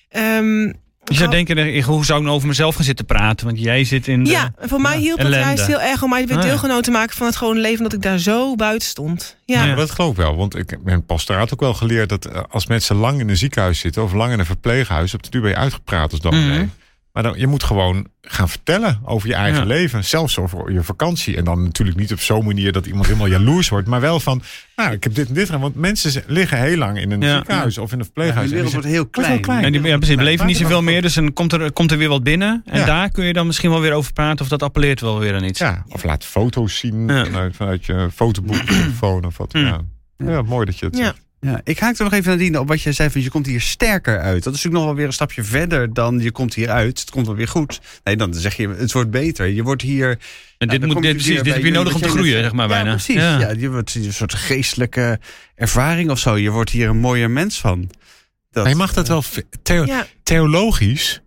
Um, Je zou denken, hoe zou ik nou over mezelf gaan zitten praten? Want jij zit in de... Ja, voor mij hielp het ellende. juist heel erg om mij weer Ah, ja. deelgenoot te maken van het gewone leven, dat ik daar zo buiten stond. Ja. Ja, maar dat geloof ik wel. Want ik, mijn pastoraat ook wel geleerd dat uh, als mensen lang in een ziekenhuis zitten of lang in een verpleeghuis, op de duur ben je uitgepraat als dominee. Mm-hmm. Maar dan, je moet gewoon gaan vertellen over je eigen Ja. leven. Zelfs over je vakantie. En dan natuurlijk niet op zo'n manier dat iemand helemaal jaloers wordt. Maar wel van, nou, ik heb dit en dit gedaan. Want mensen liggen heel lang in een Ja. ziekenhuis of in een Ja, verpleeghuis. de En wereld die wordt heel zeggen, klein. klein. En die, ja, precies, beleven niet zoveel meer, dus dan komt er, komt er weer wat binnen. En Ja. daar kun je dan misschien wel weer over praten of dat appelleert wel weer aan iets. Ja, of laat foto's zien Ja. vanuit, vanuit je fotoboek, telefoon of wat. Mm. Ja. Ja, mooi dat je het Ja. zegt. Ja, ik haak er nog even Nadine op wat jij zei van je komt hier sterker uit. Dat is natuurlijk nog wel weer een stapje verder dan je komt hier uit. Het komt wel weer goed. Nee, dan zeg je het wordt beter. Je wordt hier. En Ja, dit, dan moet, kom dit, je precies, weer dit bij heb je jullie nodig om wat te jij groeien, net zeg maar zei. bijna. Ja, precies. Ja. Ja, je wordt een soort geestelijke ervaring of zo. Je wordt hier een mooier mens van. Dat, Maar je mag dat wel theo- Ja. theologisch,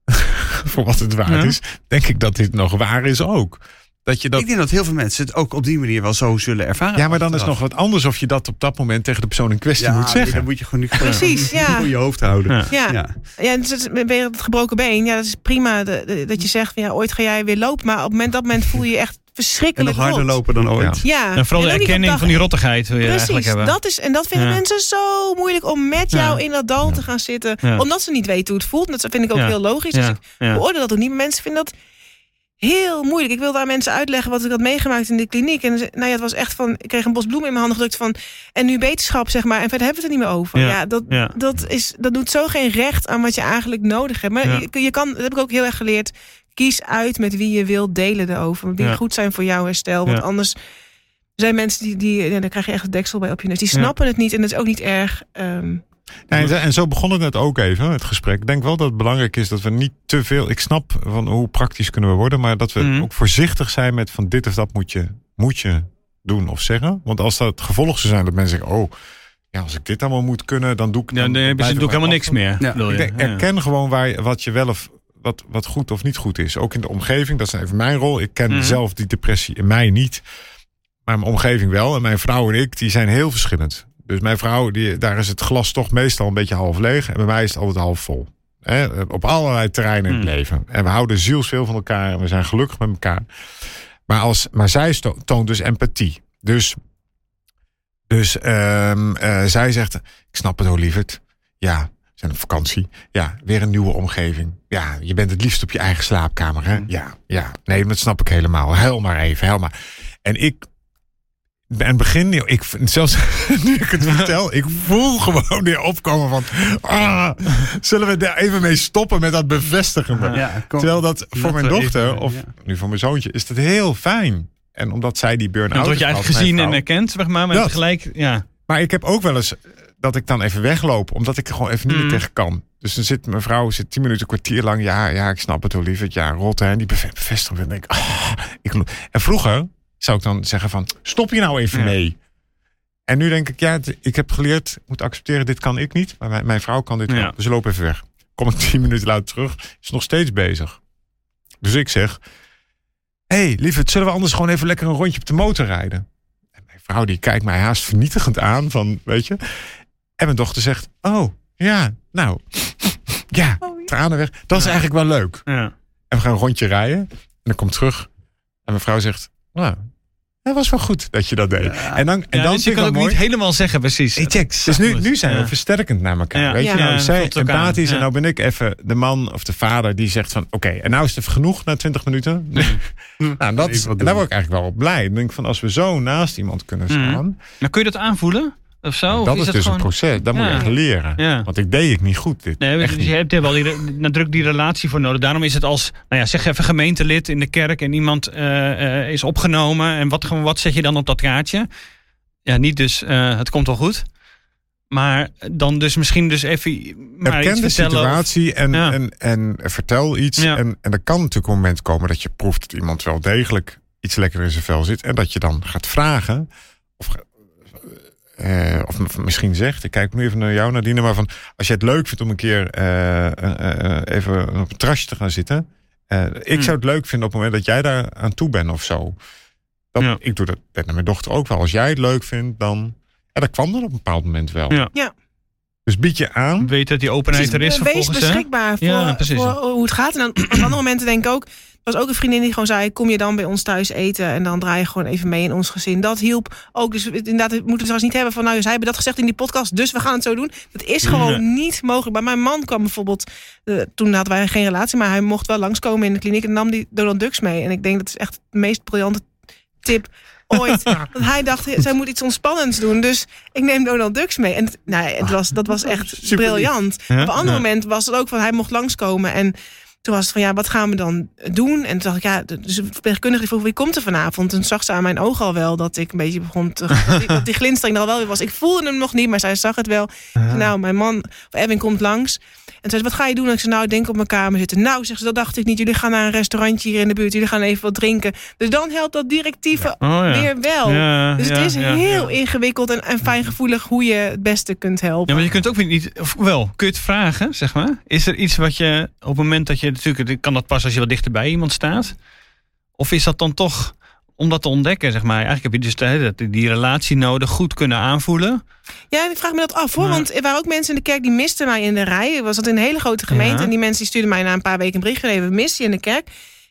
voor wat het waar Ja. is, denk ik dat dit nog waar is ook. Dat je dat Ik denk dat heel veel mensen het ook op die manier wel zo zullen ervaren. Ja, maar dan is achteraf. nog wat anders of je dat op dat moment tegen de persoon in kwestie Ja, moet nee, zeggen. dan moet je gewoon nu Precies, ja. voor je hoofd houden. Ja. Ja. Ja. Ja, dus het, weer het gebroken been. Ja, dat is prima de, de- dat je zegt, van, ja, ooit ga jij weer lopen. Maar op het moment, dat moment voel je je echt En verschrikkelijk nog harder rot. lopen dan ooit. Ja. En vooral de ook niet op erkenning dag- van die rottigheid wil je eigenlijk Precies, hebben. dat is, en dat vinden Ja. mensen zo moeilijk om met jou Ja. in dat dal Ja. te gaan zitten. Ja. Omdat ze niet weten hoe het voelt. Dat vind ik ook Ja. heel logisch. Dus Ja. ik Ja. beoordeel dat ook niet. Maar mensen vinden dat heel moeilijk. Ik wilde aan mensen uitleggen wat ik had meegemaakt in de kliniek. En nou ja, het was echt van, ik kreeg een bos bloemen in mijn handen gedrukt van, en nu beterschap, zeg maar. En verder hebben we het er niet meer over. Ja, ja, dat, ja. Dat, is, dat doet zo geen recht aan wat je eigenlijk nodig hebt. Maar ja. je, je kan, dat heb ik ook heel erg geleerd, kies uit met wie je wilt delen erover. Die ja. goed zijn voor jouw herstel. Want ja. anders zijn mensen die, die ja, dan krijg je echt het deksel bij op je neus. Die snappen ja. het niet en dat is ook niet erg. Um, Ja, en, en zo begon het net ook even, het gesprek. Ik denk wel dat het belangrijk is dat we niet te veel... Ik snap van hoe praktisch kunnen we worden, maar dat we mm. ook voorzichtig zijn met van dit of dat moet je, moet je doen of zeggen. Want als dat het gevolg zou zijn dat mensen zeggen, oh, ja, als ik dit allemaal moet kunnen, dan doe ik... Dan, ja, dan, dan doe ik helemaal niks meer. Ja. Ik denk, erken ja. gewoon waar, wat je wel of wat, wat goed of niet goed is. Ook in de omgeving, dat is even mijn rol. Ik ken mm. zelf die depressie in mij niet, maar mijn omgeving wel. En mijn vrouw en ik, die zijn heel verschillend. Dus mijn vrouw, die, daar is het glas toch meestal een beetje half leeg. En bij mij is het altijd half vol. He, op allerlei terreinen in het mm. leven. En we houden zielsveel van elkaar. En we zijn gelukkig met elkaar. Maar, als, maar zij sto- toont dus empathie. Dus, dus um, uh, zij zegt, ik snap het, oh lieverd. Ja, we zijn op vakantie. Ja, weer een nieuwe omgeving. Ja, je bent het liefst op je eigen slaapkamer. Hè? Mm. Ja, ja, nee, dat snap ik helemaal. Huil maar even, huil maar. En ik... En het begin, ik, zelfs nu ik het vertel, ik voel gewoon weer opkomen van, ah, zullen we daar even mee stoppen met dat bevestigen? Ja, terwijl dat voor mijn dochter, even, of ja. nu voor mijn zoontje, is dat heel fijn. En omdat zij die burn-out... Dat word je eigenlijk gezien vrouw, en erkend, zeg maar, maar dat. tegelijk, ja. Maar ik heb ook wel eens dat ik dan even wegloop, omdat ik er gewoon even niet mm. meer tegen kan. Dus dan zit mijn vrouw zit tien minuten, kwartier lang, ja, ja, ik snap het wel lieverd, ja, rot, hè, en die bevestiging, en denk ik, ah, ik... En vroeger zou ik dan zeggen van, stop je nou even ja. mee. En nu denk ik, ja, ik heb geleerd, ik moet accepteren, dit kan ik niet. Maar mijn, mijn vrouw kan dit ja. wel. Dus loop even weg. Kom ik tien minuten later terug, is nog steeds bezig. Dus ik zeg, hé, hey, lieverd, zullen we anders gewoon even lekker een rondje op de motor rijden? En mijn vrouw die kijkt mij haast vernietigend aan, van, weet je. En mijn dochter zegt, oh, ja, nou, ja, oh, ja. tranen weg. Dat is ja. eigenlijk wel leuk. Ja. En we gaan een rondje rijden. En dan kom ik terug. En mijn vrouw zegt, nou, dat was wel goed dat je dat deed. Ja. En dan, en ja, dan dus je kan ook mooi. Niet helemaal zeggen, precies. Hey, check. Dus nu, nu zijn we ja. versterkend naar elkaar. Ja. Weet je, ja, nou, zij empathisch ja. en nou ben ik even de man of de vader die zegt van, oké, okay, en nou is het even genoeg na twintig minuten. nou, dat is, en daar word ik eigenlijk wel op blij. Dan denk ik van, als we zo naast iemand kunnen staan. Mm. Maar kun je dat aanvoelen? Of zo? Dat of is, is dus gewoon... een proces. Dat ja. moet je echt leren. Ja. Want ik deed ik niet goed. Dit. Nee, dus je hebt er wel die, nadruk die relatie voor nodig. Daarom is het als, nou ja, zeg even gemeentelid in de kerk en iemand uh, uh, is opgenomen. En wat, wat zet je dan op dat kaartje? Ja, niet dus, uh, het komt wel goed. Maar dan dus misschien dus even maar Erken iets de vertellen. situatie of, en, ja. en, en vertel iets. Ja. En, en er kan natuurlijk een moment komen dat je proeft dat iemand wel degelijk iets lekker in zijn vel zit. En dat je dan gaat vragen of... Uh, of misschien zegt, ik kijk nu even naar jou Nadine, maar van als je het leuk vindt om een keer uh, uh, uh, even op een terrasje te gaan zitten. Uh, ik hmm. zou het leuk vinden op het moment dat jij daar aan toe bent of zo. Dat, ja. Ik doe dat met mijn dochter ook wel. Als jij het leuk vindt, dan... Ja, dat kwam dan op een bepaald moment wel. Ja. ja. Dus bied je aan. Weet dat die openheid er is vervolgens. Wees beschikbaar voor, ja, voor hoe het gaat. En dan, op andere momenten denk ik ook... Er was ook een vriendin die gewoon zei, kom je dan bij ons thuis eten en dan draai je gewoon even mee in ons gezin. Dat hielp ook. Dus inderdaad, we moeten het zelfs niet hebben van, nou, zij hebben dat gezegd in die podcast, dus we gaan het zo doen. Dat is gewoon ja. niet mogelijk. Bij mijn man kwam bijvoorbeeld, uh, toen hadden wij geen relatie, maar hij mocht wel langskomen in de kliniek en nam die Donald Ducks mee. En ik denk, dat is echt de meest briljante tip ooit. Dat hij dacht, zij moet iets ontspannends doen, dus ik neem Donald Ducks mee. En nou, het was, dat was echt Super briljant. Ja? Op een ander ja. moment was het ook van, hij mocht langskomen en toen was het van, ja, wat gaan we dan doen? En toen dacht ik, ja, dus de verpleegkundige vroeg, wie komt er vanavond? Toen zag ze aan mijn ogen al wel dat ik een beetje begon te... dat, die, dat die glinstering er al wel weer was. Ik voelde hem nog niet, maar zij zag het wel. Ja. Nou, mijn man, of Edwin, komt langs. En zei, wat ga je doen? En ik zei, nou, ik denk op mijn kamer zitten. Nou, zegt ze, dat dacht ik niet. Jullie gaan naar een restaurantje hier in de buurt. Jullie gaan even wat drinken. Dus dan helpt dat directieve ja. oh, ja. weer wel. Ja, dus het ja, is ja, heel ja. ingewikkeld en, en fijngevoelig hoe je het beste kunt helpen. Ja, maar je kunt ook weer niet... Of wel, kun je het vragen, zeg maar? Is er iets wat je op het moment dat je... Natuurlijk kan dat pas als je wat dichter bij iemand staat. Of is dat dan toch... om dat te ontdekken, zeg maar. Eigenlijk heb je dus de, die relatie nodig goed kunnen aanvoelen. Ja, ik vraag me dat af, hoor. Ja. Want er waren ook mensen in de kerk die misten mij in de rij. Was dat in een hele grote gemeente. Ja. En die mensen die stuurden mij na een paar weken een bericht. We missen je in de kerk.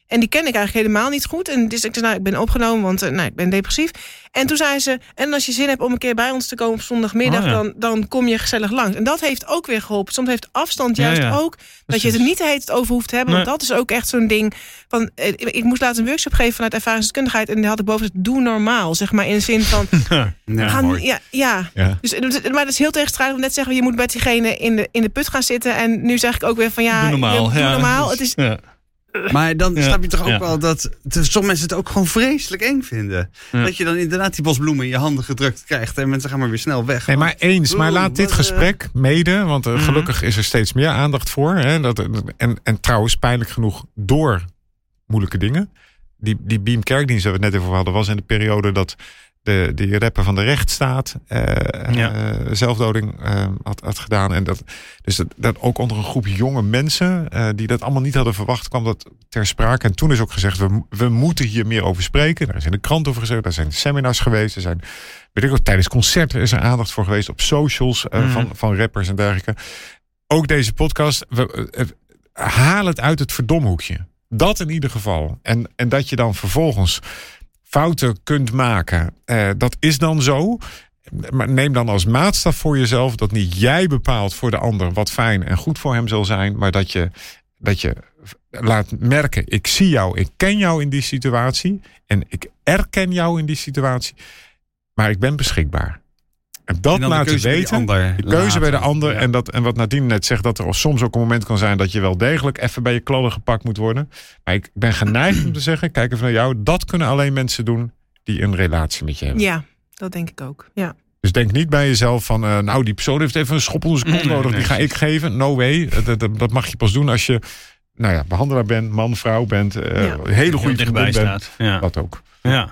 En die ken ik eigenlijk helemaal niet goed. En dus ik zei, nou, ik ben opgenomen, want uh, nou, ik ben depressief. En toen zei ze, en als je zin hebt om een keer bij ons te komen op zondagmiddag... Oh, ja. dan, dan kom je gezellig langs. En dat heeft ook weer geholpen. Soms heeft afstand juist ja, ja. ook... dat Precies. je het er niet de hele tijd over hoeft te hebben. Nee. Want dat is ook echt zo'n ding van... Uh, ik moest laatst een workshop geven vanuit ervaringsdeskundigheid... en die had ik boven gezegd, doe normaal. Zeg maar in de zin van... ja, ja, gaan, ja, ja. ja. Dus, maar dat is heel tegenstrijdig om net te zeggen... je moet met diegene in de, in de put gaan zitten. En nu zeg ik ook weer van ja, doe normaal. Doe ja, normaal. Dus, het is... Ja. Maar dan ja. snap je toch ook ja. wel dat sommige mensen het ook gewoon vreselijk eng vinden. Ja. Dat je dan inderdaad die bosbloemen in je handen gedrukt krijgt en mensen gaan maar weer snel weg. Nee, maar eens. Maar laat dit gesprek mede, want uh, gelukkig is er steeds meer aandacht voor. Hè, dat, en, en trouwens, pijnlijk genoeg door moeilijke dingen. Die, die Beam Kerkdienst, waar we het net over hadden, was in de periode dat de, die rapper van de rechtsstaat uh, ja. uh, zelfdoding uh, had, had gedaan. En dat, dus dat, dat ook onder een groep jonge mensen uh, die dat allemaal niet hadden verwacht, kwam dat ter sprake. En toen is ook gezegd, we, we moeten hier meer over spreken. Daar is in de krant over gezegd, daar zijn seminars geweest. Er zijn, weet ik ook, tijdens concerten is er aandacht voor geweest op socials uh, mm. van, van rappers en dergelijke. Ook deze podcast, we, uh, haal het uit het verdomhoekje. Dat in ieder geval. En, en dat je dan vervolgens fouten kunt maken. Uh, dat is dan zo. Maar neem dan als maatstaf voor jezelf dat niet jij bepaalt voor de ander wat fijn en goed voor hem zal zijn. Maar dat je, dat je laat merken, ik zie jou, ik ken jou in die situatie. En ik erken jou in die situatie. Maar ik ben beschikbaar. En dat en laten weten, de keuze laten. bij de ander. Ja. En, dat, en wat Nadine net zegt, dat er soms ook een moment kan zijn dat je wel degelijk even bij je kladden gepakt moet worden. Maar ik ben geneigd om te zeggen, kijk even naar jou, dat kunnen alleen mensen doen die een relatie met je hebben. Ja, dat denk ik ook. Ja. Dus denk niet bij jezelf van, uh, nou die persoon heeft even een schop onder zijn kont nee, nodig, nee, die ga ik geven. No way, dat, dat, dat mag je pas doen als je nou ja, behandelaar bent, man, vrouw bent, uh, ja. een hele goede vriendin bent. Ja. Dat ook. Ja.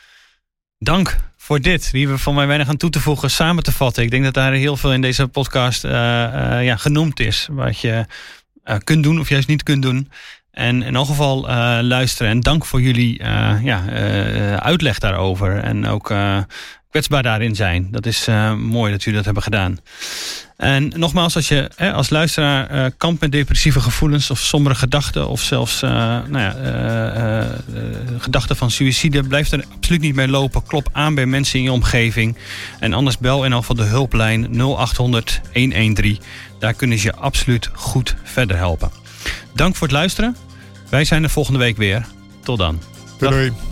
Dank voor dit. Hier hebben we van mij weinig aan toe te voegen, samen te vatten. Ik denk dat daar heel veel in deze podcast uh, uh, ja, genoemd is. Wat je uh, kunt doen of juist niet kunt doen. En in elk geval uh, luisteren. En dank voor jullie uh, ja, uh, uitleg daarover. En ook uh, kwetsbaar daarin zijn. Dat is uh, mooi dat jullie dat hebben gedaan. En nogmaals, als je hè, als luisteraar uh, kampt met depressieve gevoelens of sombere gedachten of zelfs uh, nou ja, uh, uh, uh, gedachten van suïcide, blijf er absoluut niet mee lopen. Klop aan bij mensen in je omgeving. En anders bel in elk geval de hulplijn nul acht honderd honderddertien. Daar kunnen ze je absoluut goed verder helpen. Dank voor het luisteren. Wij zijn er volgende week weer. Tot dan. Doei. Doei.